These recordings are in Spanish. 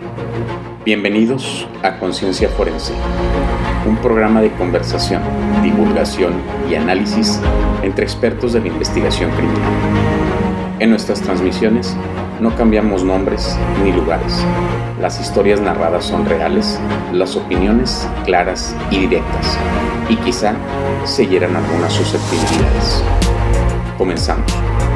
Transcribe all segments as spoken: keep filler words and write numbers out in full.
Bienvenidos a Conciencia Forense, un programa de conversación, divulgación y análisis entre expertos de la investigación criminal. En nuestras transmisiones no cambiamos nombres ni lugares. Las historias narradas son reales, las opiniones claras y directas, y quizá se hieran algunas susceptibilidades. Comenzamos.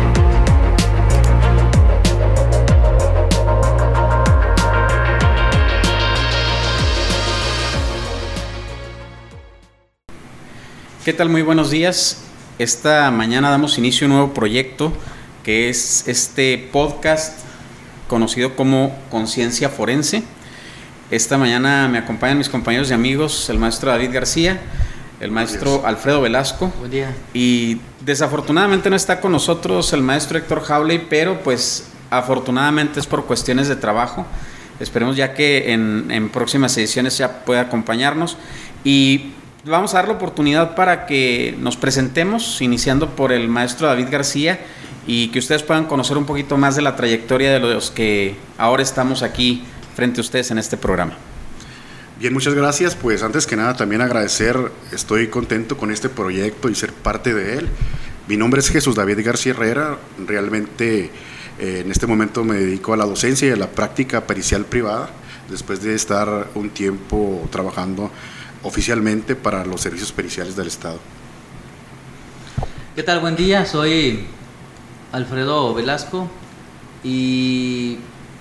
¿Qué tal? Muy buenos días. Esta mañana damos inicio a un nuevo proyecto que es este podcast conocido como Conciencia Forense. Esta mañana me acompañan mis compañeros y amigos, el maestro David García, el maestro Alfredo Velasco. Buen día. Y desafortunadamente no está con nosotros el maestro Héctor Jauregui, pero pues afortunadamente es por cuestiones de trabajo. Esperemos ya que en, en próximas ediciones ya pueda acompañarnos. Y vamos a dar la oportunidad para que nos presentemos, iniciando por el maestro David García, y que ustedes puedan conocer un poquito más de la trayectoria de los que ahora estamos aquí frente a ustedes en este programa. Bien, muchas gracias. Pues antes que nada también agradecer, estoy contento con este proyecto y ser parte de él. Mi nombre es Jesús David García Herrera. Realmente eh, en este momento me dedico a la docencia y a la práctica pericial privada, después de estar un tiempo trabajando oficialmente para los servicios periciales del Estado. ¿Qué tal? Buen día, soy Alfredo Velasco y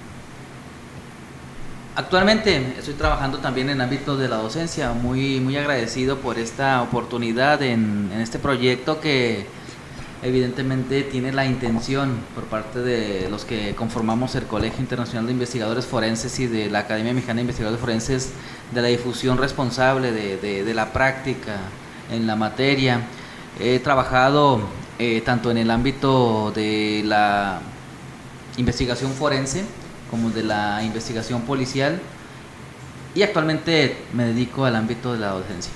actualmente estoy trabajando también en el ámbito de la docencia. Muy, muy agradecido por esta oportunidad en, en este proyecto que evidentemente tiene la intención por parte de los que conformamos el Colegio Internacional de Investigadores Forenses y de la Academia Mexicana de Investigadores Forenses, de la difusión responsable de, de, de la práctica en la materia. He trabajado eh, tanto en el ámbito de la investigación forense como de la investigación policial, y actualmente me dedico al ámbito de la docencia.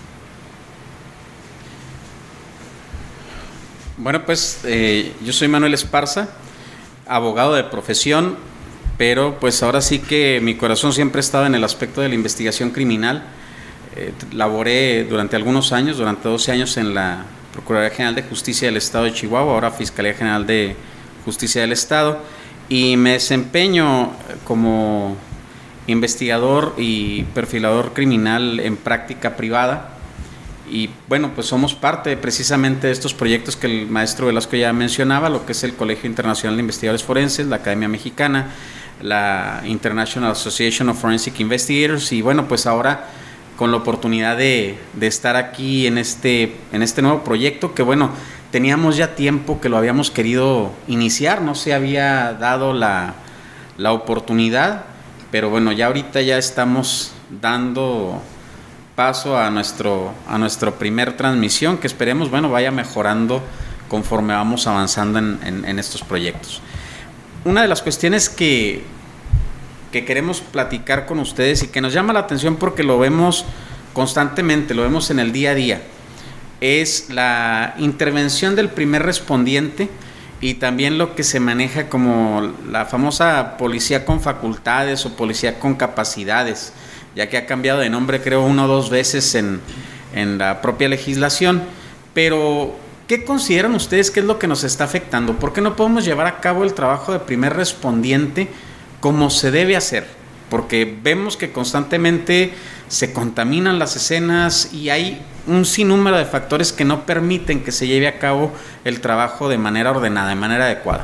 Bueno, pues eh, yo soy Manuel Esparza, abogado de profesión, pero pues ahora sí que mi corazón siempre ha estado en el aspecto de la investigación criminal. Eh, laboré durante algunos años, durante doce años en la Procuraduría General de Justicia del Estado de Chihuahua, ahora Fiscalía General de Justicia del Estado, y me desempeño como investigador y perfilador criminal en práctica privada. Y bueno, pues somos parte precisamente de estos proyectos que el maestro Velasco ya mencionaba, lo que es el Colegio Internacional de Investigadores Forenses, la Academia Mexicana, la International Association of Forensic Investigators, y bueno, pues ahora con la oportunidad de, de estar aquí en este, en este nuevo proyecto que bueno, teníamos ya tiempo que lo habíamos querido iniciar, no se había dado la, la oportunidad, pero bueno, ya ahorita ya estamos dando paso a nuestro a nuestra primer transmisión, que esperemos bueno vaya mejorando conforme vamos avanzando en, en, en estos proyectos. Una de las cuestiones que, que queremos platicar con ustedes y que nos llama la atención porque lo vemos constantemente, lo vemos en el día a día, es la intervención del primer respondiente y también lo que se maneja como la famosa policía con facultades o policía con capacidades, ya que ha cambiado de nombre creo una o dos veces en, en la propia legislación. Pero, ¿qué consideran ustedes que es lo que nos está afectando? ¿Por qué no podemos llevar a cabo el trabajo de primer respondiente como se debe hacer? Porque vemos que constantemente se contaminan las escenas y hay un sinnúmero de factores que no permiten que se lleve a cabo el trabajo de manera ordenada, de manera adecuada.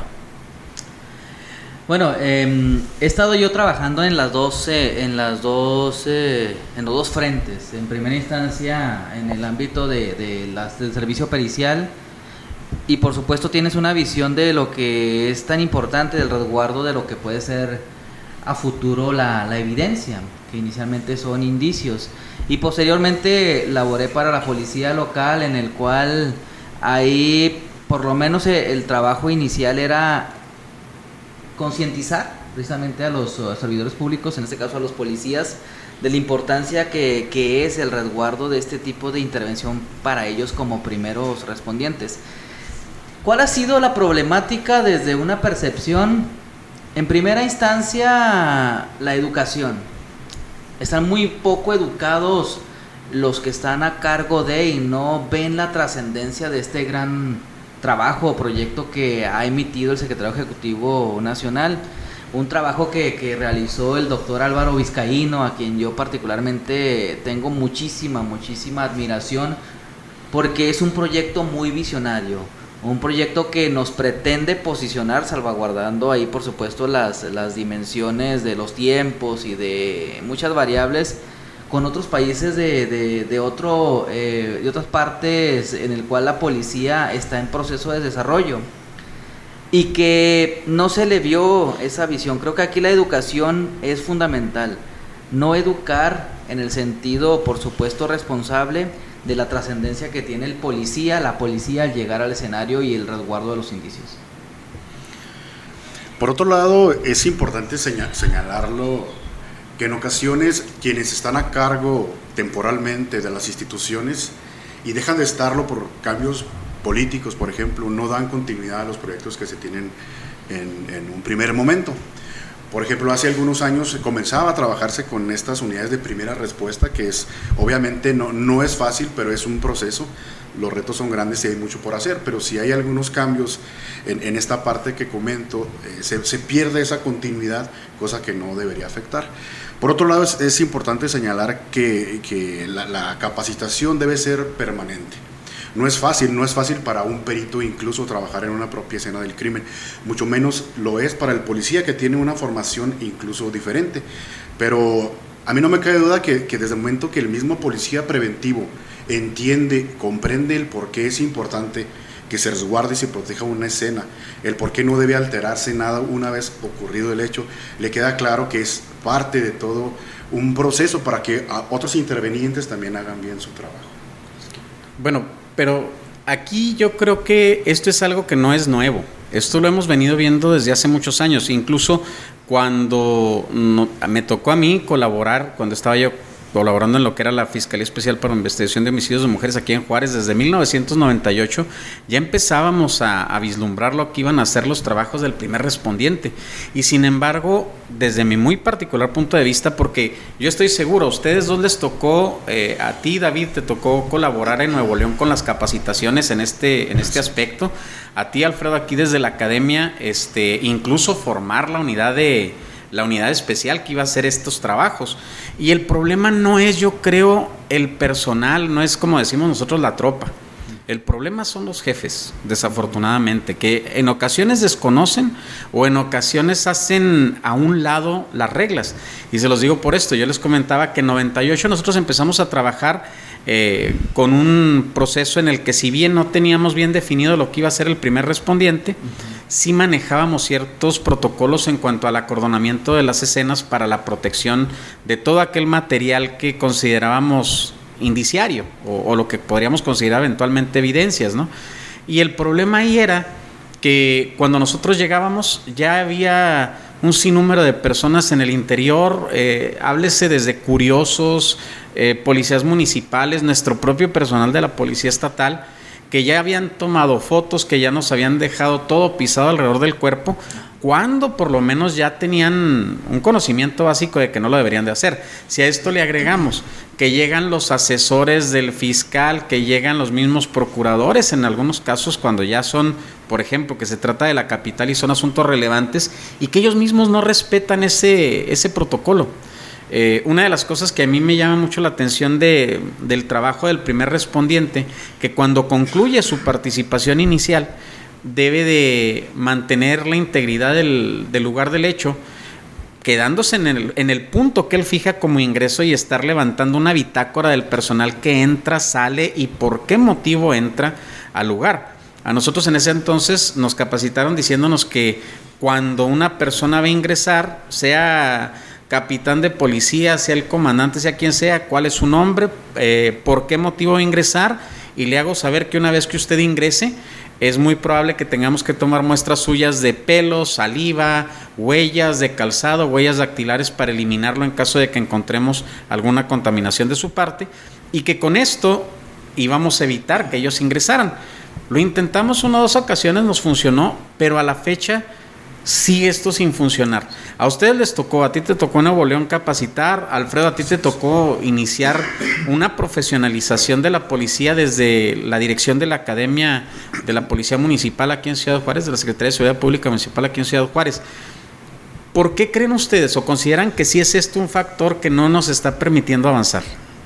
Bueno, eh, he estado yo trabajando en las dos, eh, en las dos, eh, en los dos frentes. En primera instancia, en el ámbito de, de las, del servicio pericial, y por supuesto tienes una visión de lo que es tan importante, del resguardo de lo que puede ser a futuro la, la evidencia, que inicialmente son indicios. Y posteriormente laboré para la policía local, en el cual ahí por lo menos el trabajo inicial era concientizar precisamente a los uh, servidores públicos, en este caso a los policías, de la importancia que, que es el resguardo de este tipo de intervención para ellos como primeros respondientes. ¿Cuál ha sido la problemática desde una percepción En primera instancia, la educación. Están muy poco educados los que están a cargo de y no ven la trascendencia de este gran trabajo o proyecto que ha emitido el Secretario Ejecutivo Nacional. Un trabajo que, que realizó el doctor Álvaro Vizcaíno, a quien yo particularmente tengo muchísima, muchísima admiración, porque es un proyecto muy visionario, un proyecto que nos pretende posicionar, salvaguardando ahí por supuesto las, las dimensiones de los tiempos y de muchas variables, con otros países de, de, de, otro, eh, de otras partes en el cual la policía está en proceso de desarrollo. Y que no se le vio esa visión. Creo que aquí la educación es fundamental. No educar en el sentido, por supuesto, responsable de la trascendencia que tiene el policía, la policía al llegar al escenario y el resguardo de los indicios. Por otro lado, es importante señal, señalarlo, que en ocasiones quienes están a cargo temporalmente de las instituciones y dejan de estarlo por cambios políticos, por ejemplo, no dan continuidad a los proyectos que se tienen en, en un primer momento. Por ejemplo, hace algunos años comenzaba a trabajarse con estas unidades de primera respuesta, que es, obviamente no, no es fácil, pero es un proceso. Los retos son grandes y hay mucho por hacer, pero si hay algunos cambios en, en esta parte que comento, eh, se, se pierde esa continuidad, cosa que no debería afectar. Por otro lado, es, es importante señalar que, que la, la capacitación debe ser permanente. No es fácil, no es fácil para un perito incluso trabajar en una propia escena del crimen, mucho menos lo es para el policía, que tiene una formación incluso diferente. Pero a mí no me cabe duda que, que desde el momento que el mismo policía preventivo entiende, comprende el por qué es importante que se resguarde y se proteja una escena, el por qué no debe alterarse nada una vez ocurrido el hecho, le queda claro que es parte de todo un proceso para que otros intervenientes también hagan bien su trabajo. Bueno, pero aquí yo creo que esto es algo que no es nuevo. Esto lo hemos venido viendo desde hace muchos años. Incluso cuando no, me tocó a mí colaborar, cuando estaba yo colaborando en lo que era la Fiscalía Especial para Investigación de Homicidios de Mujeres aquí en Juárez, desde mil novecientos noventa y ocho, ya empezábamos a, a vislumbrar lo que iban a ser los trabajos del primer respondiente. Y sin embargo, desde mi muy particular punto de vista, porque yo estoy seguro, a ustedes dos les tocó, eh, a ti David te tocó colaborar en Nuevo León con las capacitaciones en este, en este aspecto, a ti Alfredo aquí desde la academia, este, incluso formar la unidad de... la unidad especial que iba a hacer estos trabajos. Y el problema no es, yo creo, el personal, no es como decimos nosotros la tropa. El problema son los jefes, desafortunadamente, que en ocasiones desconocen o en ocasiones hacen a un lado las reglas. Y se los digo por esto, yo les comentaba que en noventa y ocho nosotros empezamos a trabajar eh, con un proceso en el que, si bien no teníamos bien definido lo que iba a ser el primer respondiente, uh-huh, sí manejábamos ciertos protocolos en cuanto al acordonamiento de las escenas para la protección de todo aquel material que considerábamos indiciario o, o lo que podríamos considerar eventualmente evidencias, ¿no? Y el problema ahí era que cuando nosotros llegábamos ya había un sinnúmero de personas en el interior, eh, háblese desde curiosos, eh, policías municipales, nuestro propio personal de la Policía Estatal, que ya habían tomado fotos, que ya nos habían dejado todo pisado alrededor del cuerpo, cuando por lo menos ya tenían un conocimiento básico de que no lo deberían de hacer. Si a esto le agregamos que llegan los asesores del fiscal, que llegan los mismos procuradores en algunos casos cuando ya son, por ejemplo, que se trata de la capital y son asuntos relevantes, y que ellos mismos no respetan ese, ese protocolo. Eh, una de las cosas que a mí me llama mucho la atención de, del trabajo del primer respondiente, que cuando concluye su participación inicial debe de mantener la integridad del, del lugar del hecho, quedándose en el, en el punto que él fija como ingreso y estar levantando una bitácora del personal que entra, sale y por qué motivo entra al lugar. A nosotros en ese entonces nos capacitaron diciéndonos que cuando una persona va a ingresar, sea capitán de policía, sea el comandante, sea quien sea, cuál es su nombre, eh, por qué motivo va a ingresar, y le hago saber que una vez que usted ingrese, es muy probable que tengamos que tomar muestras suyas de pelo, saliva, huellas de calzado, huellas dactilares para eliminarlo en caso de que encontremos alguna contaminación de su parte, y que con esto íbamos a evitar que ellos ingresaran. Lo intentamos una o dos ocasiones, nos funcionó, pero a la fecha sigue esto sin funcionar. A ustedes les tocó, a ti te tocó en Nuevo León capacitar, Alfredo, a ti te tocó iniciar una profesionalización de la policía desde la dirección de la Academia de la Policía Municipal aquí en Ciudad Juárez, de la Secretaría de Seguridad Pública Municipal aquí en Ciudad Juárez. ¿Por qué creen ustedes o consideran que sí es esto un factor que no nos está permitiendo avanzar?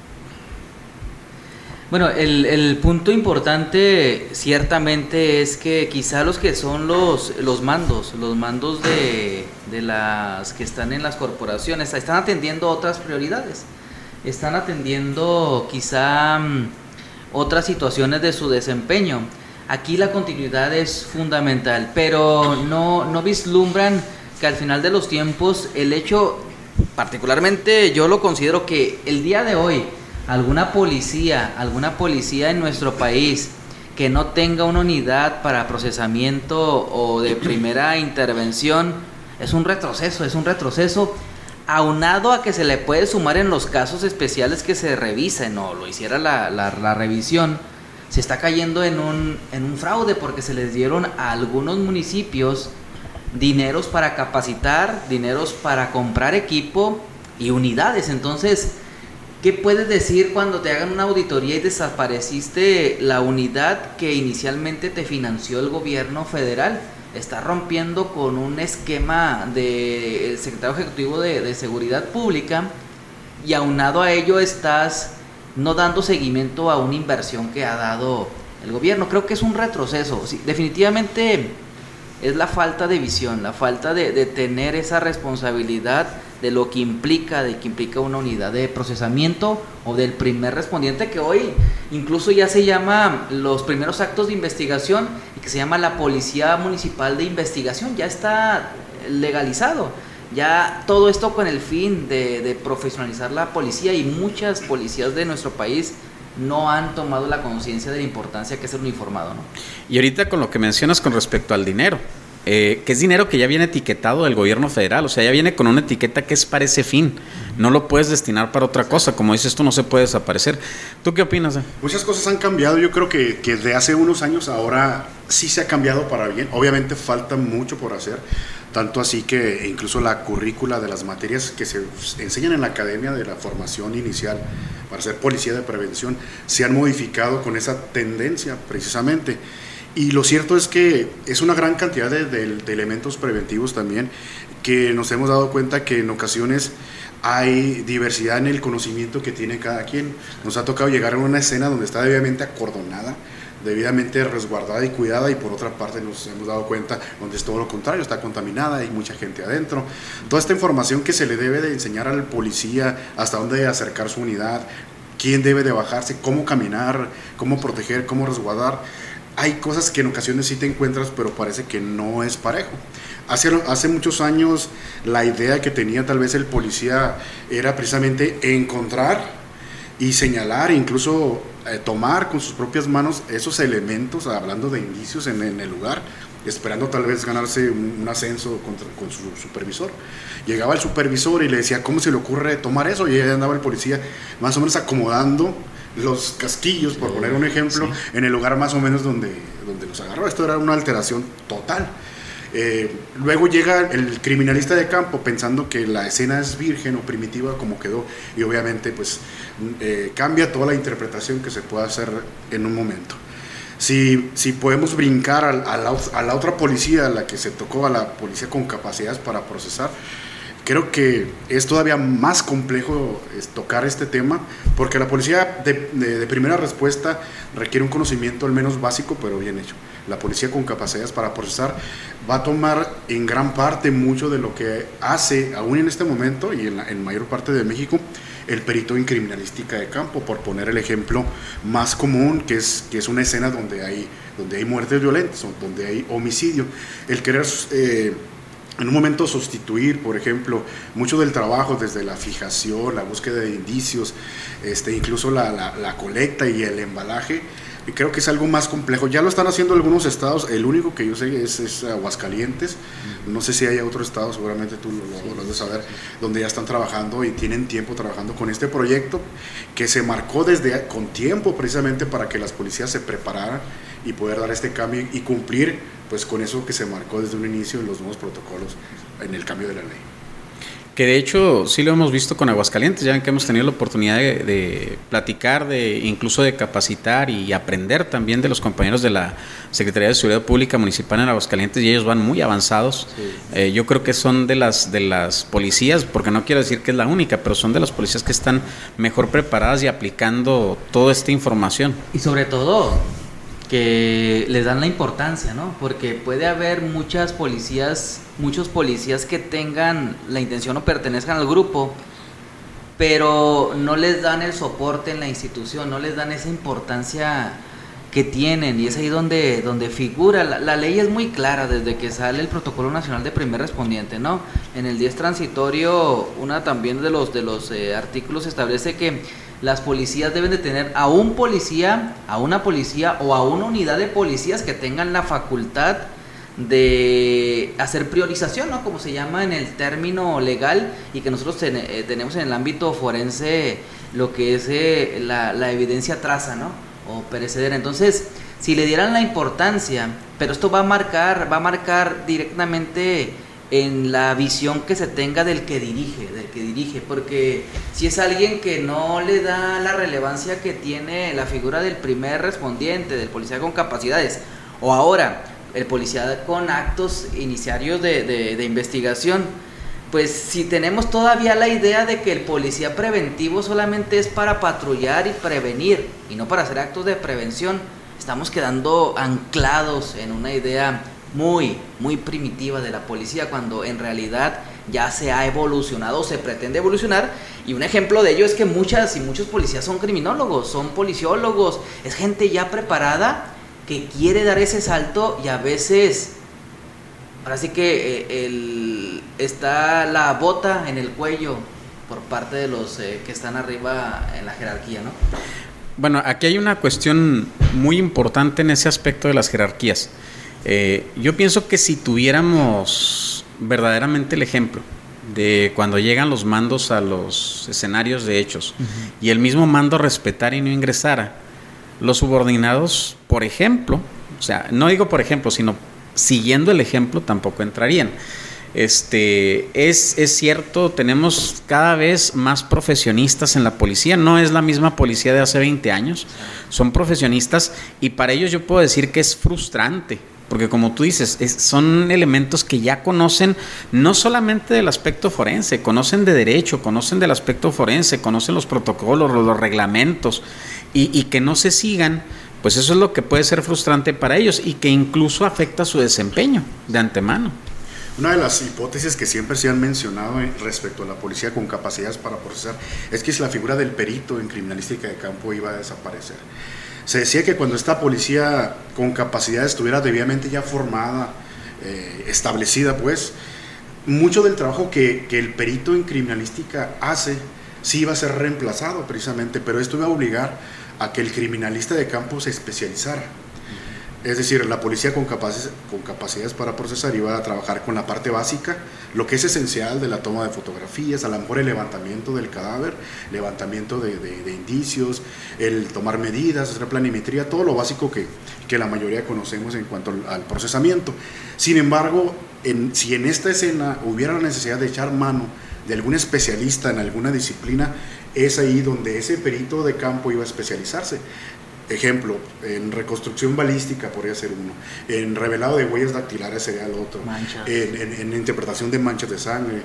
Bueno, el, el punto importante ciertamente es que quizá los que son los, los mandos, los mandos de, de las que están en las corporaciones, están atendiendo otras prioridades, están atendiendo quizá um, otras situaciones de su desempeño. Aquí la continuidad es fundamental, pero no, no vislumbran que al final de los tiempos el hecho, particularmente yo lo considero que el día de hoy, alguna policía, alguna policía en nuestro país que no tenga una unidad para procesamiento o de primera intervención, es un retroceso, es un retroceso aunado a que se le puede sumar en los casos especiales que se revisen o lo hiciera la, la, la revisión, se está cayendo en un, en un fraude porque se les dieron a algunos municipios dineros para capacitar, dineros para comprar equipo y unidades. Entonces, ¿qué puedes decir cuando te hagan una auditoría y desapareciste la unidad que inicialmente te financió el gobierno federal? Estás rompiendo con un esquema del secretario ejecutivo de, de Seguridad Pública y aunado a ello estás no dando seguimiento a una inversión que ha dado el gobierno. Creo que es un retroceso. Sí, definitivamente es la falta de visión, la falta de, de tener esa responsabilidad de lo que implica, de que implica una unidad de procesamiento o del primer respondiente, que hoy incluso ya se llama los primeros actos de investigación y que se llama la Policía Municipal de Investigación, ya está legalizado, ya todo esto con el fin de, de profesionalizar la policía, y muchas policías de nuestro país no han tomado la conciencia de la importancia que es el uniformado, ¿no? Y ahorita con lo que mencionas con respecto al dinero, Eh, que es dinero que ya viene etiquetado del gobierno federal, o sea, ya viene con una etiqueta que es para ese fin, no lo puedes destinar para otra cosa, como dices tú, no se puede desaparecer. ¿Tú qué opinas? Eh? Muchas cosas han cambiado, yo creo que, que de hace unos años ahora sí se ha cambiado para bien, obviamente falta mucho por hacer, tanto así que incluso la currícula de las materias que se enseñan en la academia de la formación inicial para ser policía de prevención se han modificado con esa tendencia precisamente. Y lo cierto es que es una gran cantidad de, de, de elementos preventivos también, que nos hemos dado cuenta que en ocasiones hay diversidad en el conocimiento que tiene cada quien. Nos ha tocado llegar a una escena donde está debidamente acordonada, debidamente resguardada y cuidada, y por otra parte nos hemos dado cuenta donde es todo lo contrario, está contaminada, hay mucha gente adentro. Toda esta información que se le debe de enseñar al policía, hasta dónde debe acercar su unidad, quién debe de bajarse, cómo caminar, cómo proteger, cómo resguardar. Hay cosas que en ocasiones sí te encuentras, pero parece que no es parejo. Hace, hace muchos años la idea que tenía tal vez el policía era precisamente encontrar y señalar, incluso eh, tomar con sus propias manos esos elementos, hablando de indicios en, en el lugar, esperando tal vez ganarse un, un ascenso contra, con su supervisor. Llegaba el supervisor y le decía, ¿cómo se le ocurre tomar eso? Y ahí andaba el policía más o menos acomodando los casquillos, por poner un ejemplo, sí, en el lugar más o menos donde, donde los agarró. Esto era una alteración total. Eh, luego llega el criminalista de campo pensando que la escena es virgen o primitiva como quedó, y obviamente pues eh, cambia toda la interpretación que se puede hacer en un momento. Si, si podemos brincar a, a, la, a la otra policía, a la que se tocó, a la policía con capacidades para procesar, creo que es todavía más complejo es, tocar este tema, porque la policía de, de, de primera respuesta requiere un conocimiento al menos básico, pero bien hecho. La policía con capacidades para procesar va a tomar en gran parte mucho de lo que hace, aún en este momento y en la en mayor parte de México, el perito en criminalística de campo, por poner el ejemplo más común, que es, que es una escena donde hay, donde hay muertes violentas, donde hay homicidio. El querer eh, en un momento sustituir, por ejemplo, mucho del trabajo desde la fijación, la búsqueda de indicios, este, incluso la, la, la colecta y el embalaje, Y creo que es algo más complejo. Ya lo están haciendo algunos estados. El único que yo sé es, es Aguascalientes. No sé si hay otro estado, seguramente tú lo, lo, lo has de saber, donde ya están trabajando y tienen tiempo trabajando con este proyecto que se marcó desde con tiempo precisamente para que las policías se prepararan y poder dar este cambio y cumplir pues con eso que se marcó desde un inicio en los nuevos protocolos en el cambio de la ley. Que de hecho sí lo hemos visto con Aguascalientes, ya ven que hemos tenido la oportunidad de, de platicar, de incluso de capacitar y aprender también de los compañeros de la Secretaría de Seguridad Pública Municipal en Aguascalientes, y ellos van muy avanzados. Sí. Eh, yo creo que son de las, de las policías, porque no quiero decir que es la única, pero son de las policías que están mejor preparadas y aplicando toda esta información. Y sobre todo que les dan la importancia, ¿no? Porque puede haber muchas policías, muchos policías que tengan la intención o pertenezcan al grupo, pero no les dan el soporte en la institución, no les dan esa importancia que tienen, y es ahí donde, donde figura. La, la ley es muy clara desde que sale el Protocolo Nacional de Primer Respondiente, ¿no? En el diez transitorio, una también de los, de los eh, artículos establece que las policías deben de tener a un policía, a una policía o a una unidad de policías que tengan la facultad de hacer priorización, ¿no? Como se llama en el término legal, y que nosotros ten, eh, tenemos en el ámbito forense lo que es eh, la, la evidencia traza, ¿no? O perecedera. Entonces, si le dieran la importancia, pero esto va a marcar, va a marcar directamente en la visión que se tenga del que dirige, del que dirige, porque si es alguien que no le da la relevancia que tiene la figura del primer respondiente, del policía con capacidades, o ahora el policía con actos iniciarios de, de, de investigación, pues si tenemos todavía la idea de que el policía preventivo solamente es para patrullar y prevenir y no para hacer actos de prevención, estamos quedando anclados en una idea muy, muy primitiva de la policía, cuando en realidad ya se ha evolucionado, se pretende evolucionar, y un ejemplo de ello es que muchas y muchos policías son criminólogos, son policiólogos, es gente ya preparada que quiere dar ese salto, y a veces, ahora sí que eh, el, está la bota en el cuello por parte de los eh, que están arriba en la jerarquía, ¿no? Bueno, aquí hay una cuestión muy importante en ese aspecto de las jerarquías. Eh, yo pienso que si tuviéramos verdaderamente el ejemplo de cuando llegan los mandos a los escenarios de hechos, uh-huh, y el mismo mando respetara y no ingresara, los subordinados, por ejemplo, o sea, no digo por ejemplo, sino siguiendo el ejemplo, tampoco entrarían. Este, es, es cierto, tenemos cada vez más profesionistas en la policía, no es la misma policía de hace veinte años, son profesionistas, y para ellos yo puedo decir que es frustrante, porque como tú dices, es, son elementos que ya conocen no solamente del aspecto forense, conocen de derecho, conocen del aspecto forense, conocen los protocolos, los, los reglamentos, y, y que no se sigan, pues eso es lo que puede ser frustrante para ellos y que incluso afecta su desempeño de antemano. Una de las hipótesis que siempre se han mencionado respecto a la policía con capacidades para procesar es que si la figura del perito en criminalística de campo iba a desaparecer. Se decía que cuando esta policía con capacidades estuviera debidamente ya formada, eh, establecida, pues, mucho del trabajo que, que el perito en criminalística hace sí iba a ser reemplazado precisamente, pero esto iba a obligar a que el criminalista de campo se especializara. Es decir, la policía con capacidades, con capacidades para procesar iba a trabajar con la parte básica, lo que es esencial de la toma de fotografías, a lo mejor el levantamiento del cadáver, levantamiento de, de, de indicios, el tomar medidas, hacer planimetría, todo lo básico que, que la mayoría conocemos en cuanto al, al procesamiento. Sin embargo, en, si en esta escena hubiera la necesidad de echar mano de algún especialista en alguna disciplina, es ahí donde ese perito de campo iba a especializarse. Ejemplo, en reconstrucción balística podría ser uno, en revelado de huellas dactilares sería el otro, en, en, en interpretación de manchas de sangre,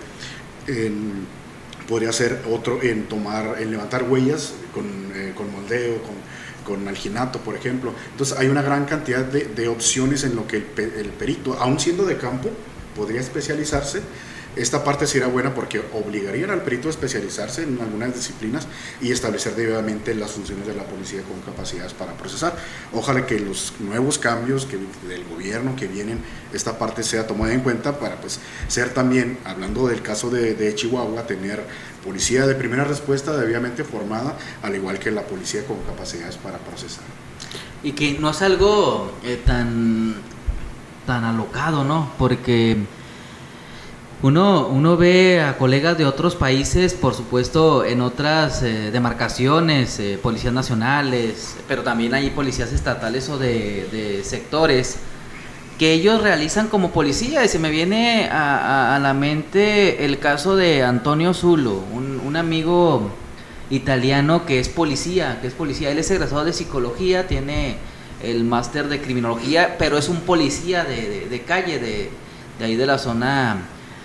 en, podría ser otro en tomar, en levantar huellas con, eh, con moldeo, con, con alginato, por ejemplo. Entonces hay una gran cantidad de, de opciones en lo que el, el perito, aun siendo de campo, podría especializarse. Esta parte sería buena porque obligarían al perito a especializarse en algunas disciplinas y establecer debidamente las funciones de la policía con capacidades para procesar. Ojalá que los nuevos cambios que, del gobierno que vienen, esta parte sea tomada en cuenta para pues ser también, hablando del caso de, de Chihuahua, tener policía de primera respuesta debidamente formada, al igual que la policía con capacidades para procesar. Y que no es algo eh, tan, tan alocado, ¿no? Porque uno, uno ve a colegas de otros países, por supuesto, en otras eh, demarcaciones, eh, policías nacionales, pero también hay policías estatales o de, de sectores, que ellos realizan como policía. Y se me viene a, a, a la mente el caso de Antonio Zulo, un, un amigo italiano que es policía, que es policía. Él es egresado de psicología, tiene el máster de criminología, pero es un policía de, de, de calle, de, de ahí de la zona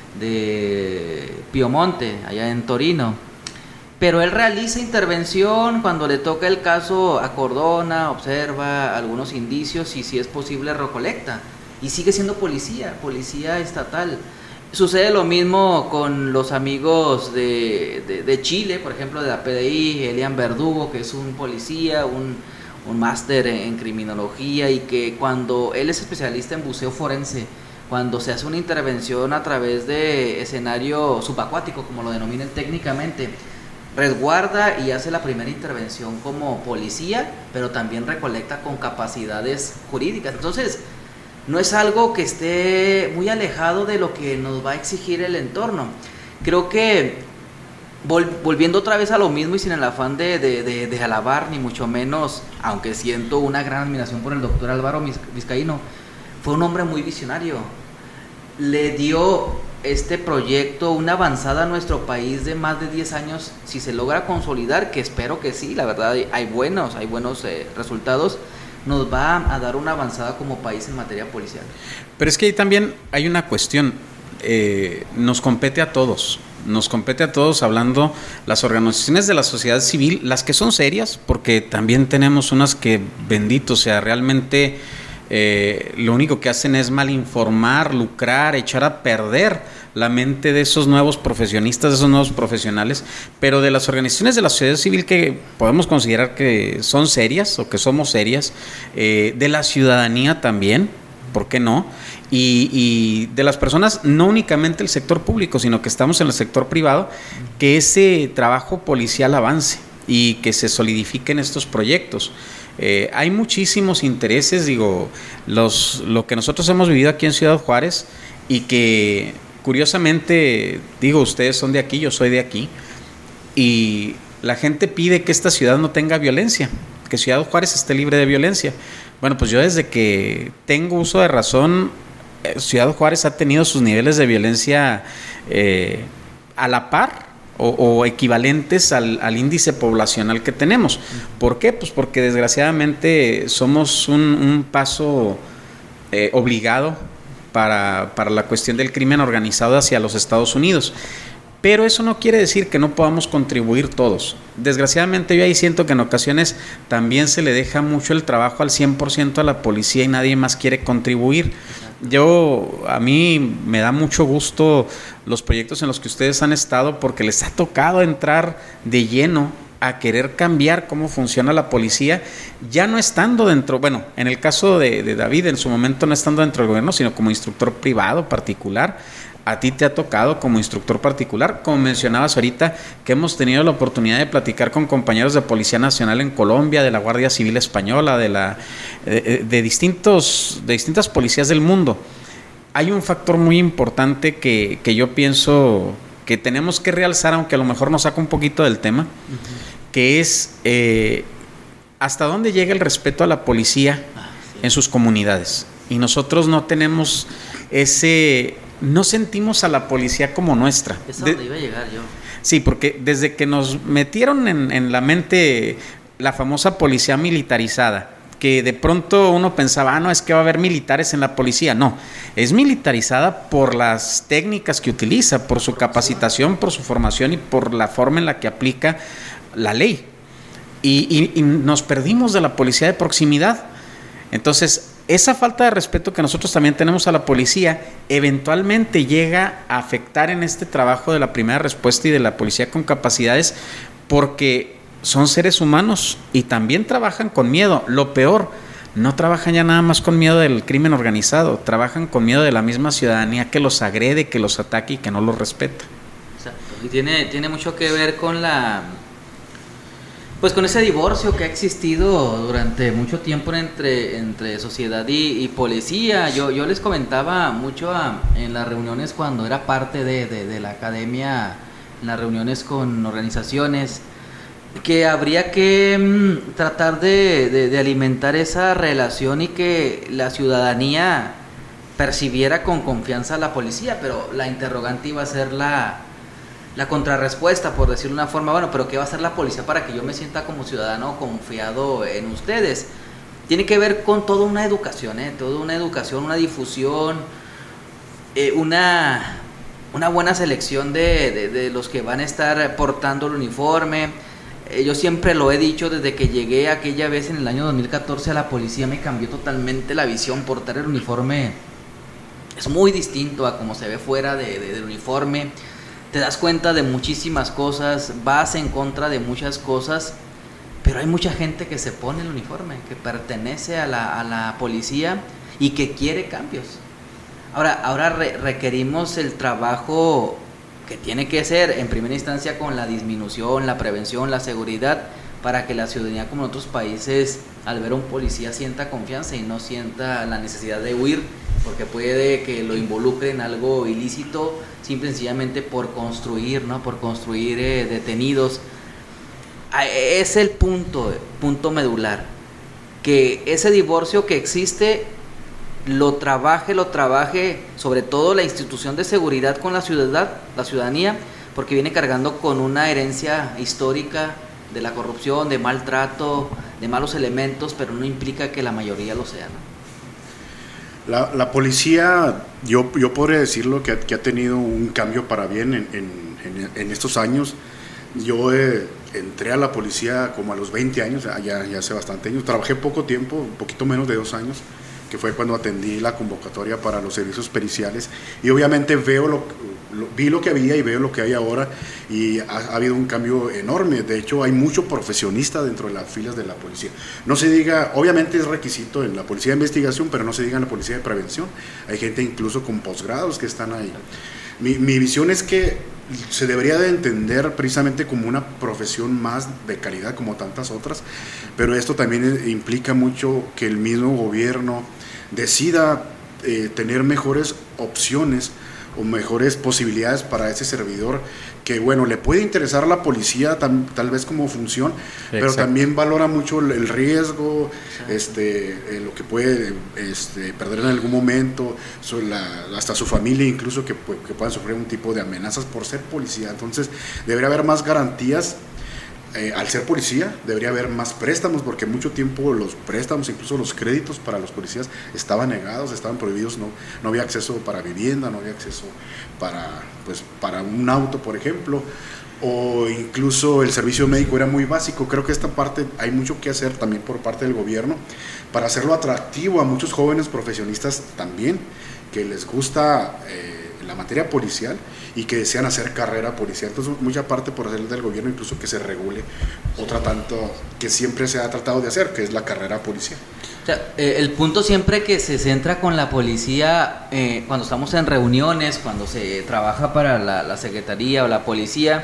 de Piemonte, allá en Torino. Pero él realiza intervención cuando le toca el caso, acordona, observa algunos indicios y si es posible recolecta. Y sigue siendo policía, policía estatal. Sucede lo mismo con los amigos de, de, de Chile, por ejemplo, de la P D I, Elian Verdugo, que es un policía, un, un máster en criminología, y que cuando él es especialista en buceo forense, cuando se hace una intervención a través de escenario subacuático, como lo denominan técnicamente, resguarda y hace la primera intervención como policía, pero también recolecta con capacidades jurídicas. Entonces, no es algo que esté muy alejado de lo que nos va a exigir el entorno. Creo que, vol- volviendo otra vez a lo mismo y sin el afán de, de, de, de alabar, ni mucho menos, aunque siento una gran admiración por el doctor Álvaro Vizcaíno, fue un hombre muy visionario. Le dio este proyecto una avanzada a nuestro país de más de diez años. Si se logra consolidar, que espero que sí, la verdad hay buenos, hay buenos eh, resultados, nos va a dar una avanzada como país en materia policial. Pero es que ahí también hay una cuestión, eh, nos compete a todos, nos compete a todos, hablando las organizaciones de la sociedad civil, las que son serias, porque también tenemos unas que, bendito sea, realmente eh, lo único que hacen es malinformar, lucrar, echar a perder la mente de esos nuevos profesionistas, de esos nuevos profesionales, pero de las organizaciones de la sociedad civil que podemos considerar que son serias o que somos serias, eh, de la ciudadanía también, ¿por qué no? Y, y de las personas, no únicamente el sector público, sino que estamos en el sector privado, que ese trabajo policial avance y que se solidifiquen estos proyectos. Eh, hay muchísimos intereses, digo, los, lo que nosotros hemos vivido aquí en Ciudad Juárez y que curiosamente, digo, ustedes son de aquí, yo soy de aquí, y la gente pide que esta ciudad no tenga violencia, que Ciudad Juárez esté libre de violencia. Bueno, pues yo desde que tengo uso de razón, Ciudad Juárez ha tenido sus niveles de violencia eh, a la par o, o equivalentes al, al índice poblacional que tenemos. ¿Por qué? Pues porque desgraciadamente somos un, un paso eh, obligado Para, para la cuestión del crimen organizado hacia los Estados Unidos. Pero eso no quiere decir que no podamos contribuir todos. Desgraciadamente yo ahí siento que en ocasiones también se le deja mucho el trabajo al cien por ciento a la policía y nadie más quiere contribuir. Yo, a mí me da mucho gusto los proyectos en los que ustedes han estado porque les ha tocado entrar de lleno a querer cambiar cómo funciona la policía, ya no estando dentro, bueno, en el caso de, de David, en su momento no estando dentro del gobierno, sino como instructor privado particular. A ti te ha tocado como instructor particular, como mencionabas ahorita, que hemos tenido la oportunidad de platicar con compañeros de Policía Nacional en Colombia, de la Guardia Civil Española, de, la, de, de, distintos, de distintas policías del mundo. Hay un factor muy importante que, que yo pienso que tenemos que realzar, aunque a lo mejor nos saca un poquito del tema, uh-huh. que es eh, hasta dónde llega el respeto a la policía ah, sí. en sus comunidades. Y nosotros no tenemos ese, no sentimos a la policía como nuestra. Es a donde iba a llegar yo. Sí, porque desde que nos metieron en, en la mente la famosa policía militarizada, que de pronto uno pensaba, ah, no, es que va a haber militares en la policía. No, es militarizada por las técnicas que utiliza, por su capacitación, por su formación y por la forma en la que aplica la ley. Y, y, y nos perdimos de la policía de proximidad. Entonces, esa falta de respeto que nosotros también tenemos a la policía, eventualmente llega a afectar en este trabajo de la primera respuesta y de la policía con capacidades, porque son seres humanos y también trabajan con miedo. Lo peor, no trabajan ya nada más con miedo del crimen organizado, trabajan con miedo de la misma ciudadanía que los agrede, que los ataque y que no los respeta. Exacto. Y tiene, tiene mucho que ver con la Pues con ese divorcio que ha existido durante mucho tiempo entre, entre sociedad y, y policía, yo, yo les comentaba mucho a, en las reuniones cuando era parte de, de, de la academia, en las reuniones con organizaciones, que habría que mmm, tratar de, de, de alimentar esa relación y que la ciudadanía percibiera con confianza a la policía, pero la interrogante iba a ser la... la contrarrespuesta, por decirlo de una forma. Bueno, pero ¿qué va a hacer la policía para que yo me sienta como ciudadano confiado en ustedes? Tiene que ver con toda una educación, ¿eh? Toda una educación, una difusión, eh, una, una buena selección de, de, de los que van a estar portando el uniforme. Eh, yo siempre lo he dicho, desde que llegué aquella vez en el año dos mil catorce a la policía me cambió totalmente la visión. Portar el uniforme es muy distinto a como se ve fuera de, de, del uniforme. Te das cuenta de muchísimas cosas, vas en contra de muchas cosas, pero hay mucha gente que se pone el uniforme, que pertenece a la, a la policía y que quiere cambios. Ahora, ahora re- requerimos el trabajo que tiene que ser en primera instancia con la disminución, la prevención, la seguridad, para que la ciudadanía, como en otros países, al ver a un policía sienta confianza y no sienta la necesidad de huir, porque puede que lo involucre en algo ilícito, simple y sencillamente por construir, ¿no? Por construir eh, detenidos. Es el punto, punto medular, que ese divorcio que existe lo trabaje, lo trabaje sobre todo la institución de seguridad con la ciudad, la ciudadanía, porque viene cargando con una herencia histórica de la corrupción, de maltrato, de malos elementos, pero no implica que la mayoría lo sea, ¿no? La, la policía, yo, yo podría decirlo que ha, que ha tenido un cambio para bien en, en, en, en estos años. Yo eh, entré a la policía como a los veinte años, ya, ya hace bastante años. Trabajé poco tiempo, un poquito menos de dos años, que fue cuando atendí la convocatoria para los servicios periciales. Y obviamente veo lo, lo, vi lo que había y veo lo que hay ahora, y ha, ha habido un cambio enorme. De hecho, hay mucho profesionista dentro de las filas de la policía. No se diga, obviamente es requisito en la policía de investigación, pero no se diga en la policía de prevención. Hay gente incluso con posgrados que están ahí. Mi, mi visión es que se debería de entender precisamente como una profesión más de calidad como tantas otras, pero esto también implica mucho que el mismo gobierno decida eh, tener mejores opciones o mejores posibilidades para ese servidor, que bueno, le puede interesar a la policía tam, tal vez como función, exacto, pero también valora mucho el, el riesgo, este, eh, lo que puede este, perder en algún momento, so, la, hasta su familia incluso, que, que puedan sufrir un tipo de amenazas por ser policía. Entonces debería haber más garantías. Eh, al ser policía debería haber más préstamos, porque mucho tiempo los préstamos, incluso los créditos para los policías estaban negados, estaban prohibidos, no, no había acceso para vivienda, no había acceso para, pues, para un auto, por ejemplo, o incluso el servicio médico era muy básico. Creo que esta parte hay mucho que hacer también por parte del gobierno para hacerlo atractivo a muchos jóvenes profesionistas también, que les gusta eh, la materia policial y que desean hacer carrera policial. Entonces, mucha parte por hacer del gobierno, incluso que se regule otra tanto que siempre se ha tratado de hacer, que es la carrera policial. O sea, eh, el punto siempre que se centra con la policía, eh, cuando estamos en reuniones, cuando se trabaja para la, la secretaría o la policía,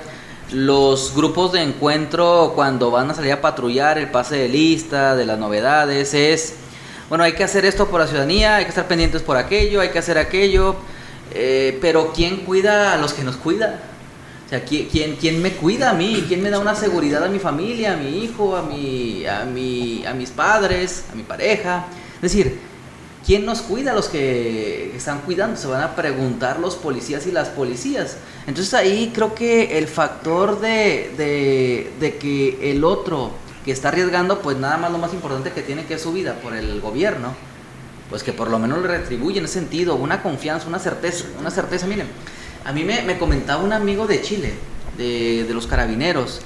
los grupos de encuentro cuando van a salir a patrullar, el pase de lista, de las novedades, es, bueno, hay que hacer esto por la ciudadanía, hay que estar pendientes por aquello, hay que hacer aquello. Eh, pero ¿quién cuida a los que nos cuida? O sea, ¿quién, quién, quién me cuida a mí? ¿Quién me da una seguridad a mi familia, a mi hijo, a, mi, a, mi, a mis padres, a mi pareja? Es decir, ¿quién nos cuida a los que están cuidando? Se van a preguntar los policías y las policías. Entonces ahí creo que el factor de, de, de que el otro que está arriesgando, pues nada más lo más importante que tiene que es su vida por el gobierno, pues que por lo menos le retribuye en ese sentido, una confianza, una certeza, una certeza. Miren, a mí me, me comentaba un amigo de Chile, de, de los carabineros,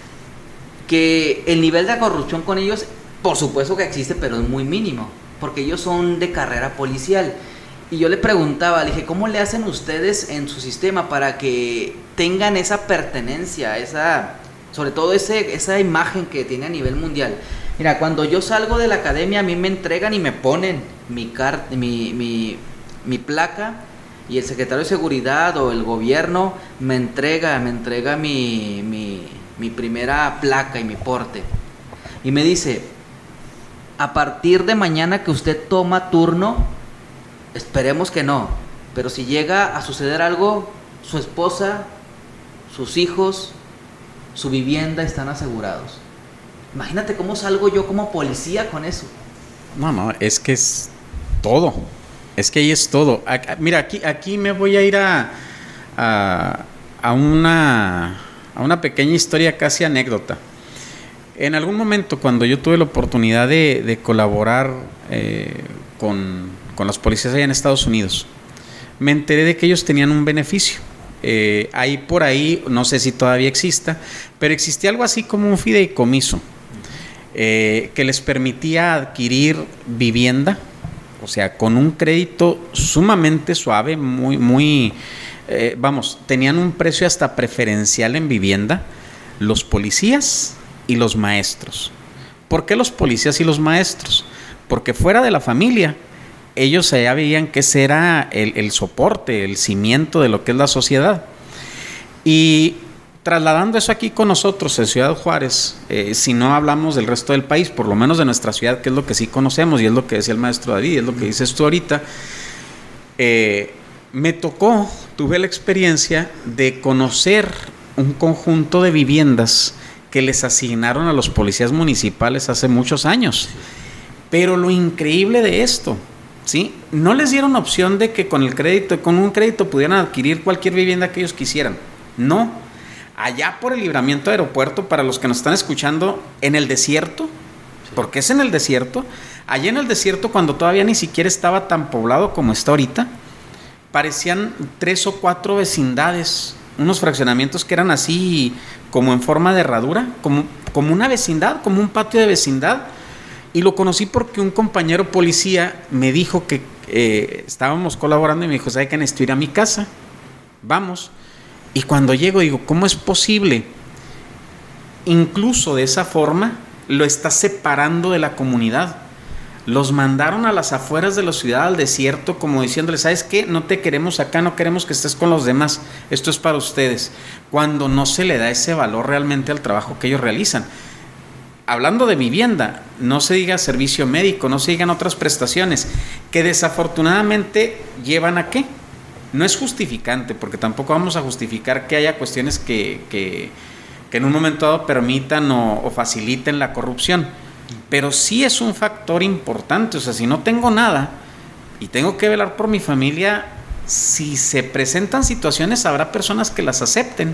que el nivel de corrupción con ellos, por supuesto que existe, pero es muy mínimo, porque ellos son de carrera policial. Y yo le preguntaba, le dije, ¿cómo le hacen ustedes en su sistema para que tengan esa pertenencia, esa, sobre todo ese, esa imagen que tiene a nivel mundial? Mira, cuando yo salgo de la academia, a mí me entregan y me ponen mi, car- mi, mi, mi placa, y el secretario de seguridad o el gobierno me entrega, me entrega mi, mi, mi primera placa y mi porte. Y me dice, a partir de mañana que usted toma turno, esperemos que no, pero si llega a suceder algo, su esposa, sus hijos, su vivienda están asegurados. Imagínate cómo salgo yo como policía con eso. No, no, es que es todo. Es que ahí es todo. Mira, aquí, aquí me voy a ir a, a, a, una, a una pequeña historia, casi anécdota. En algún momento, cuando yo tuve la oportunidad de, de colaborar eh, con, con las policías allá en Estados Unidos, me enteré de que ellos tenían un beneficio. Eh, ahí por ahí, no sé si todavía exista, pero existía algo así como un fideicomiso eh, que les permitía adquirir vivienda, o sea, con un crédito sumamente suave, muy, muy, eh, vamos, tenían un precio hasta preferencial en vivienda, los policías y los maestros. ¿Por qué los policías y los maestros? Porque fuera de la familia, ellos allá veían que ese era el, el soporte, el cimiento de lo que es la sociedad. Y trasladando eso aquí con nosotros en Ciudad Juárez, eh, si no hablamos del resto del país, por lo menos de nuestra ciudad, que es lo que sí conocemos, y es lo que decía el maestro David, es lo que dices tú ahorita, eh, me tocó, tuve la experiencia de conocer un conjunto de viviendas que les asignaron a los policías municipales hace muchos años. Pero lo increíble de esto, ¿sí? No les dieron opción de que con el crédito, con un crédito pudieran adquirir cualquier vivienda que ellos quisieran. No. Allá por el libramiento de aeropuerto, para los que nos están escuchando, en el desierto, sí. Porque es en el desierto, allá en el desierto, cuando todavía ni siquiera estaba tan poblado como está ahorita, parecían tres o cuatro vecindades, unos fraccionamientos que eran así como en forma de herradura, como, como una vecindad, como un patio de vecindad. Y lo conocí porque un compañero policía me dijo que eh, estábamos colaborando y me dijo, ¿sabe qué? Necesito ir a mi casa, vamos. Y cuando llego digo, ¿cómo es posible? Incluso de esa forma lo está separando de la comunidad. Los mandaron a las afueras de la ciudad, al desierto, como diciéndole, ¿sabes qué? No te queremos acá, no queremos que estés con los demás, esto es para ustedes. Cuando no se le da ese valor realmente al trabajo que ellos realizan. Hablando de vivienda, no se diga servicio médico, no se digan otras prestaciones, que desafortunadamente llevan a qué. No es justificante, porque tampoco vamos a justificar que haya cuestiones que, que, que en un momento dado permitan o, o faciliten la corrupción, pero sí es un factor importante. O sea, si no tengo nada y tengo que velar por mi familia, si se presentan situaciones habrá personas que las acepten,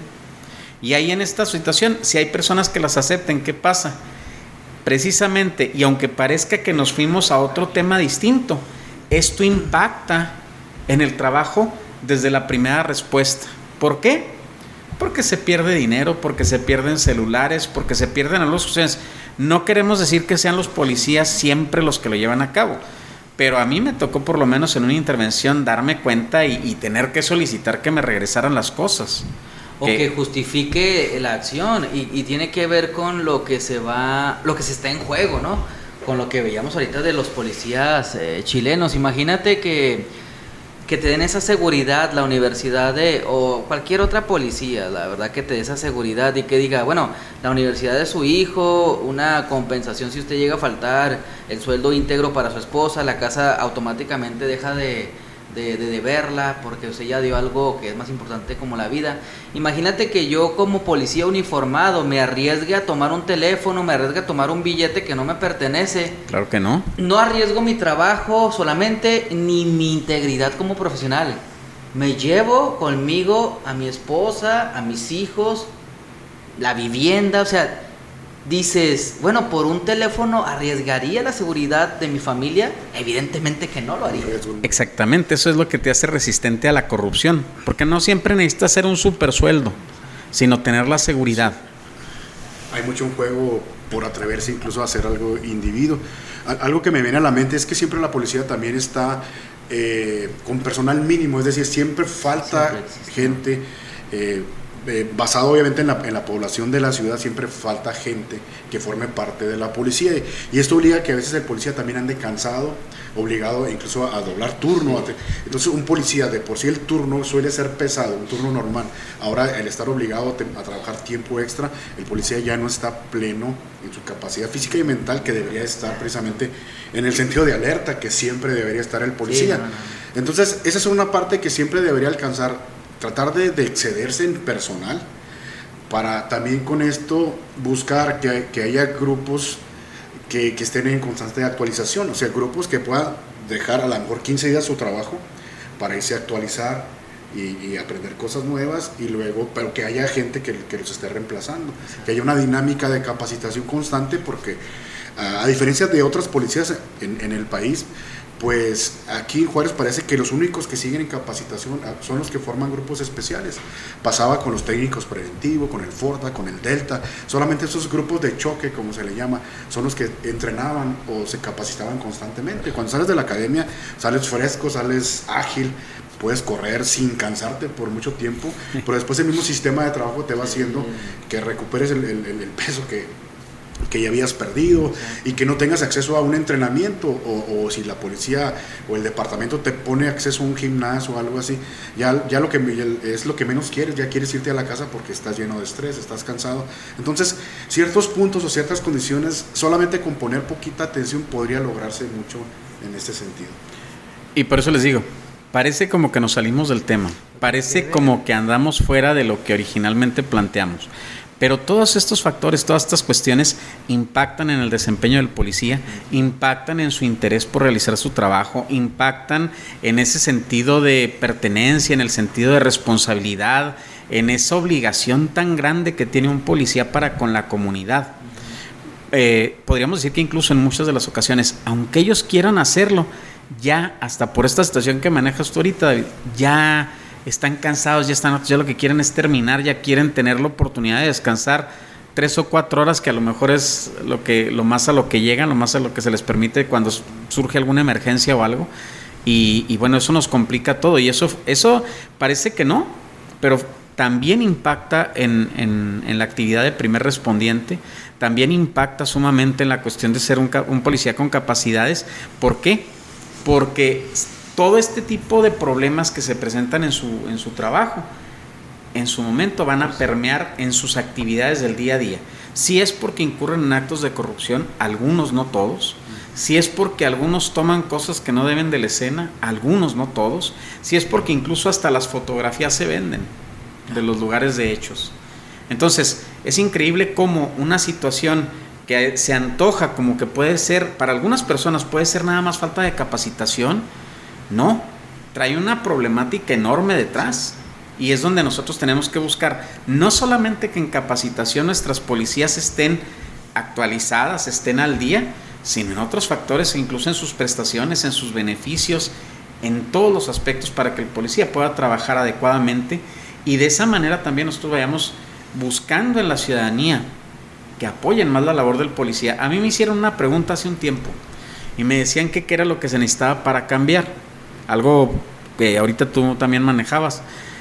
y ahí en esta situación, si hay personas que las acepten, ¿qué pasa? Precisamente, y aunque parezca que nos fuimos a otro tema distinto, esto impacta en el trabajo desde la primera respuesta. ¿Por qué? Porque se pierde dinero, porque se pierden celulares, porque se pierden algunas cuestiones. No queremos decir que sean los policías siempre los que lo llevan a cabo, pero a mí me tocó por lo menos en una intervención darme cuenta y, y tener que solicitar que me regresaran las cosas. O que, que justifique la acción, y, y tiene que ver con lo que se va, lo que se está en juego, ¿no? Con lo que veíamos ahorita de los policías eh, chilenos. Imagínate que, que te den esa seguridad la universidad de, o cualquier otra policía, la verdad, que te dé esa seguridad y que diga, bueno, la universidad de su hijo, una compensación si usted llega a faltar, el sueldo íntegro para su esposa, la casa automáticamente deja de... De, de, de verla, porque usted ya dio algo que es más importante como la vida. Imagínate que yo como policía uniformado me arriesgue a tomar un teléfono, me arriesgue a tomar un billete que no me pertenece. Claro que no. No arriesgo mi trabajo solamente, ni mi integridad como profesional. Me llevo conmigo a mi esposa, a mis hijos, la vivienda, o sea... Dices, bueno, por un teléfono ¿arriesgaría la seguridad de mi familia? Evidentemente que no lo haría. Exactamente, eso es lo que te hace resistente a la corrupción, porque no siempre necesitas hacer un super sueldo, sino tener la seguridad. Hay mucho un juego por atreverse incluso a hacer algo individuo. Algo que me viene a la mente es que siempre la policía también está eh, con personal mínimo, es decir, siempre falta siempre gente... Eh, eh, basado obviamente en la, en la población de la ciudad, siempre falta gente que forme parte de la policía, y, y esto obliga a que a veces el policía también ande cansado, obligado incluso a, a doblar turno. Sí. A, entonces un policía, de por sí el turno suele ser pesado, un turno normal, ahora el estar obligado a, a trabajar tiempo extra, el policía ya no está pleno en su capacidad física y mental, que debería estar precisamente en el sentido de alerta que siempre debería estar el policía. Sí, no, no. Entonces esa es una parte que siempre debería alcanzar, tratar de, de excederse en personal, para también con esto buscar que, que haya grupos que, que estén en constante actualización, o sea, grupos que puedan dejar a lo mejor quince días su trabajo para irse a actualizar y, y aprender cosas nuevas, y luego, pero que haya gente que, que los esté reemplazando, que haya una dinámica de capacitación constante, porque a, a diferencia de otras policías en, en el país, pues aquí en Juárez parece que los únicos que siguen en capacitación son los que forman grupos especiales. Pasaba con los técnicos preventivos, con el Forta, con el Delta. Solamente esos grupos de choque, como se le llama, son los que entrenaban o se capacitaban constantemente. Cuando sales de la academia, sales fresco, sales ágil, puedes correr sin cansarte por mucho tiempo, pero después el mismo sistema de trabajo te va haciendo que recuperes el, el, el peso que... que ya habías perdido, y que no tengas acceso a un entrenamiento, o, o si la policía o el departamento te pone acceso a un gimnasio o algo así, ya, ya lo que es lo que menos quieres, ya quieres irte a la casa porque estás lleno de estrés, estás cansado. Entonces ciertos puntos o ciertas condiciones, solamente con poner poquita atención podría lograrse mucho en este sentido. Y por eso les digo, parece como que nos salimos del tema, parece como que andamos fuera de lo que originalmente planteamos. Pero todos estos factores, todas estas cuestiones impactan en el desempeño del policía, impactan en su interés por realizar su trabajo, impactan en ese sentido de pertenencia, en el sentido de responsabilidad, en esa obligación tan grande que tiene un policía para con la comunidad. Eh, podríamos decir que incluso en muchas de las ocasiones, aunque ellos quieran hacerlo, ya hasta por esta situación que manejas tú ahorita, David, ya... están cansados, ya están, ya lo que quieren es terminar, ya quieren tener la oportunidad de descansar tres o cuatro horas, que a lo mejor es lo que lo más a lo que llegan, lo más a lo que se les permite cuando surge alguna emergencia o algo, y, y bueno, eso nos complica todo, y eso, eso parece que no, pero también impacta en, en, en la actividad de primer respondiente, también impacta sumamente en la cuestión de ser un, un policía con capacidades. ¿Por qué? Porque todo este tipo de problemas que se presentan en su, en su trabajo, en su momento van a permear en sus actividades del día a día. Si es porque incurren en actos de corrupción, algunos, no todos. Si es porque algunos toman cosas que no deben de la escena, algunos, no todos. Si es porque incluso hasta las fotografías se venden de los lugares de hechos. Entonces, es increíble cómo una situación que se antoja como que puede ser, para algunas personas puede ser nada más falta de capacitación. No, trae una problemática enorme detrás, y es donde nosotros tenemos que buscar no solamente que en capacitación nuestras policías estén actualizadas, estén al día, sino en otros factores, incluso en sus prestaciones, en sus beneficios, en todos los aspectos, para que el policía pueda trabajar adecuadamente, y de esa manera también nosotros vayamos buscando en la ciudadanía que apoyen más la labor del policía. A mí me hicieron una pregunta hace un tiempo y me decían que qué era lo que se necesitaba para cambiar, algo que ahorita tú también manejabas,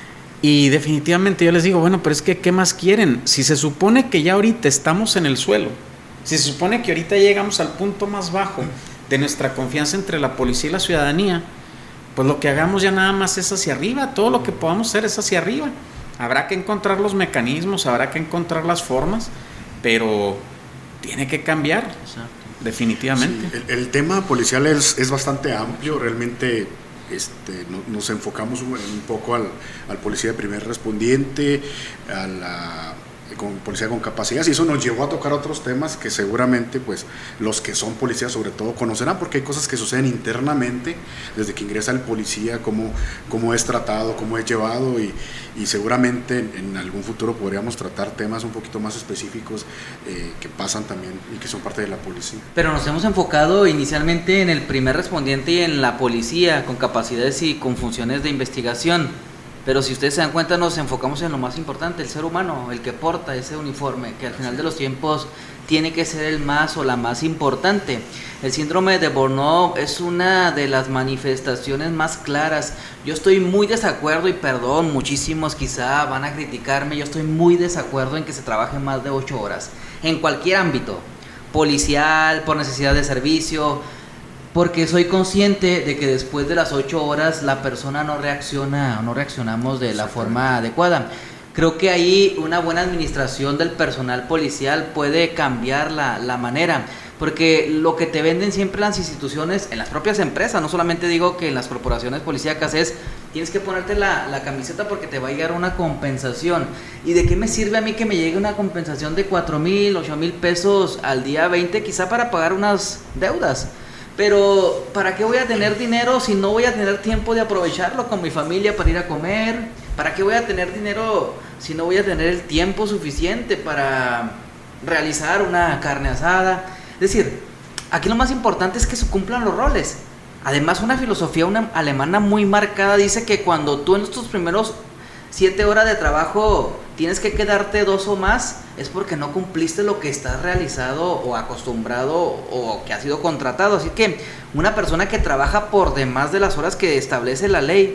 y definitivamente yo les digo, bueno, pero es que ¿qué más quieren? Si se supone que ya ahorita estamos en el suelo, si se supone que ahorita llegamos al punto más bajo de nuestra confianza entre la policía y la ciudadanía, pues lo que hagamos ya nada más es hacia arriba, todo lo que podamos hacer es hacia arriba. Habrá que encontrar los mecanismos, habrá que encontrar las formas, pero tiene que cambiar. Exacto. Definitivamente. Sí, el, el tema policial es, es bastante amplio, realmente este, no, nos enfocamos un, un poco al, al policía de primer respondiente, a la con policía con capacidades, y eso nos llevó a tocar otros temas que seguramente pues los que son policías sobre todo conocerán, porque hay cosas que suceden internamente desde que ingresa el policía, cómo, cómo es tratado, cómo es llevado, y, y seguramente en, en algún futuro podríamos tratar temas un poquito más específicos eh, que pasan también y que son parte de la policía. Pero nos hemos enfocado inicialmente en el primer respondiente y en la policía con capacidades y con funciones de investigación. Pero si ustedes se dan cuenta, nos enfocamos en lo más importante, el ser humano, el que porta ese uniforme, que al final de los tiempos tiene que ser el más o la más importante. El síndrome de Burnout es una de las manifestaciones más claras. Yo estoy muy desacuerdo, y perdón, muchísimos quizá van a criticarme, yo estoy muy desacuerdo en que se trabaje más de ocho horas, en cualquier ámbito, policial, por necesidad de servicio, porque soy consciente de que después de las ocho horas la persona no reacciona, no reaccionamos de la forma adecuada. Creo que ahí una buena administración del personal policial puede cambiar la, la manera, porque lo que te venden siempre las instituciones, en las propias empresas, no solamente digo que en las corporaciones policíacas, es tienes que ponerte la, la camiseta porque te va a llegar una compensación. ¿Y de qué me sirve a mí que me llegue una compensación de cuatro mil, ocho mil pesos al día veinte, quizá para pagar unas deudas? Pero ¿para qué voy a tener dinero si no voy a tener tiempo de aprovecharlo con mi familia para ir a comer? ¿Para qué voy a tener dinero si no voy a tener el tiempo suficiente para realizar una carne asada? Es decir, aquí lo más importante es que se cumplan los roles. Además, una filosofía una alemana muy marcada dice que cuando tú en estos primeros siete horas de trabajo tienes que quedarte dos o más, es porque no cumpliste lo que estás realizado o acostumbrado o que ha sido contratado. Así que una persona que trabaja por demás de las horas que establece la ley,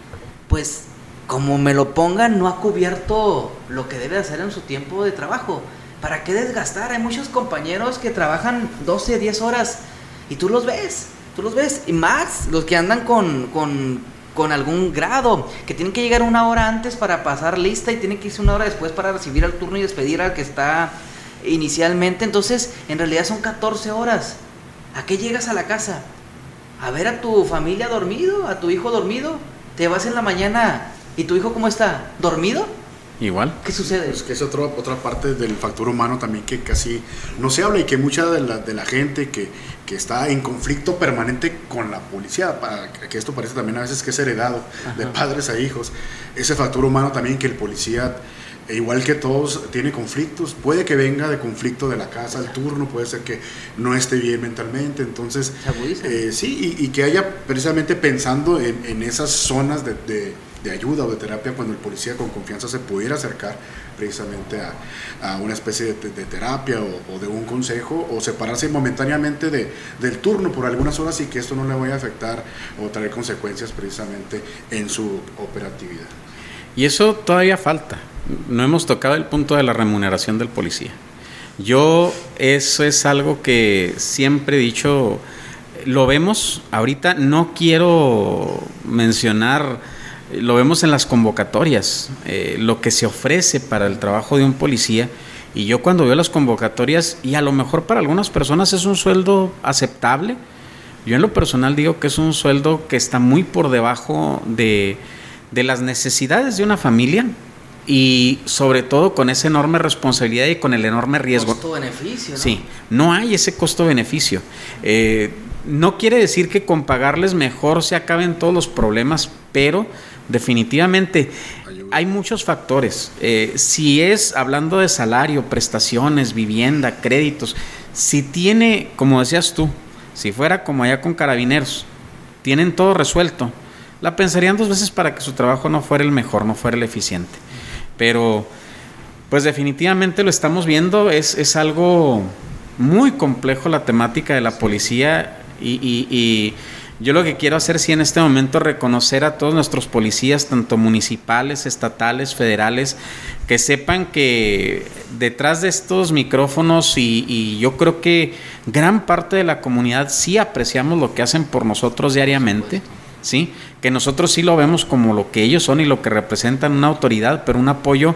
pues como me lo pongan, no ha cubierto lo que debe hacer en su tiempo de trabajo. ¿Para qué desgastar? Hay muchos compañeros que trabajan doce, diez horas y tú los ves, tú los ves. Y más los que andan con... con con algún grado, que tienen que llegar una hora antes para pasar lista y tienen que irse una hora después para recibir al turno y despedir al que está inicialmente. Entonces, en realidad son catorce horas. ¿A qué llegas a la casa? ¿A ver a tu familia dormido? ¿A tu hijo dormido? ¿Te vas en la mañana y tu hijo cómo está? ¿Dormido? Igual. ¿Qué sucede? Pues que es otro, otra parte del factor humano también que casi no se habla y que mucha de la, de la gente que, que está en conflicto permanente con la policía, para que esto parece también a veces que es heredado Ajá. de padres a hijos, ese factor humano también que el policía, igual que todos, tiene conflictos, puede que venga de conflicto de la casa al turno, puede ser que no esté bien mentalmente, entonces eh, sí, y, y que haya precisamente pensando en, en esas zonas de, de de ayuda o de terapia cuando el policía con confianza se pudiera acercar precisamente a, a una especie de, de terapia o, o de un consejo o separarse momentáneamente de, del turno por algunas horas y que esto no le vaya a afectar o traer consecuencias precisamente en su operatividad. Y eso todavía falta, no hemos tocado el punto de la remuneración del policía. Yo, eso es algo que siempre he dicho, lo vemos ahorita, no quiero mencionar, lo vemos en las convocatorias, eh, lo que se ofrece para el trabajo de un policía, y yo cuando veo las convocatorias, y a lo mejor para algunas personas es un sueldo aceptable, yo en lo personal digo que es un sueldo que está muy por debajo de, de las necesidades de una familia, y sobre todo con esa enorme responsabilidad y con el enorme riesgo. Costo-beneficio, ¿no? Sí, no hay ese costo-beneficio. Eh, no quiere decir que con pagarles mejor se acaben todos los problemas, pero definitivamente hay muchos factores. Eh, si es hablando de salario, prestaciones, vivienda, créditos, si tiene, como decías tú, si fuera como allá con Carabineros, tienen todo resuelto, la pensarían dos veces para que su trabajo no fuera el mejor, no fuera el eficiente. Pero pues definitivamente lo estamos viendo, es, es algo muy complejo la temática de la policía y, y, y yo lo que quiero hacer sí en este momento es reconocer a todos nuestros policías, tanto municipales, estatales, federales, que sepan que detrás de estos micrófonos y, y yo creo que gran parte de la comunidad sí apreciamos lo que hacen por nosotros diariamente, ¿sí? Que nosotros sí lo vemos como lo que ellos son y lo que representan, una autoridad, pero un apoyo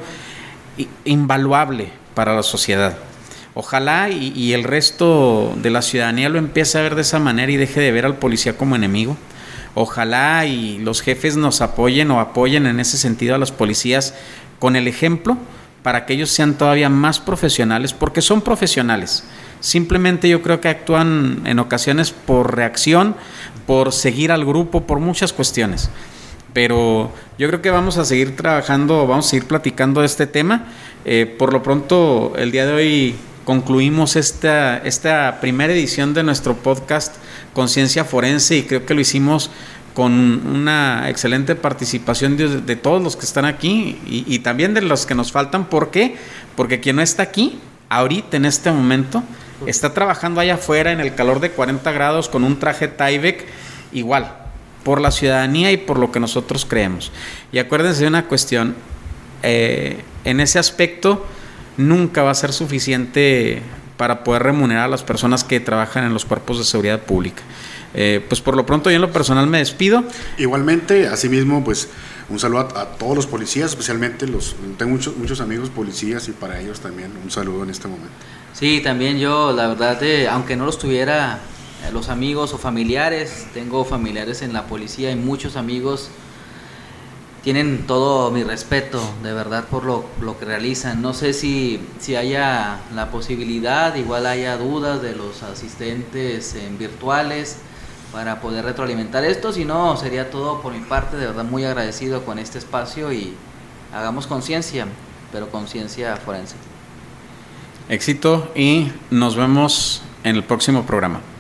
invaluable para la sociedad. Ojalá y, y el resto de la ciudadanía lo empiece a ver de esa manera y deje de ver al policía como enemigo. Ojalá y los jefes nos apoyen o apoyen en ese sentido a los policías con el ejemplo para que ellos sean todavía más profesionales, porque son profesionales. Simplemente yo creo que actúan en ocasiones por reacción, por seguir al grupo, por muchas cuestiones. Pero yo creo que vamos a seguir trabajando, vamos a seguir platicando de este tema. Eh, por lo pronto, el día de hoy concluimos esta, esta primera edición de nuestro podcast Conciencia Forense y creo que lo hicimos con una excelente participación de, de todos los que están aquí y, y también de los que nos faltan. ¿Por qué? Porque quien no está aquí, ahorita en este momento, está trabajando allá afuera en el calor de cuarenta grados con un traje Tyvek, igual, por la ciudadanía y por lo que nosotros creemos. Y acuérdense de una cuestión, eh, en ese aspecto nunca va a ser suficiente para poder remunerar a las personas que trabajan en los cuerpos de seguridad pública. Eh, pues por lo pronto yo en lo personal me despido. Igualmente, asimismo, pues un saludo a, a todos los policías, especialmente los, tengo muchos, muchos amigos policías y para ellos también un saludo en este momento. Sí, también yo, la verdad, eh, aunque no los tuviera eh, los amigos o familiares, tengo familiares en la policía y muchos amigos tienen todo mi respeto, de verdad, por lo, lo que realizan. No sé si, si haya la posibilidad, igual haya dudas de los asistentes en virtuales para poder retroalimentar esto. Si no, sería todo por mi parte. De verdad, muy agradecido con este espacio y hagamos conciencia, pero conciencia forense. Éxito y nos vemos en el próximo programa.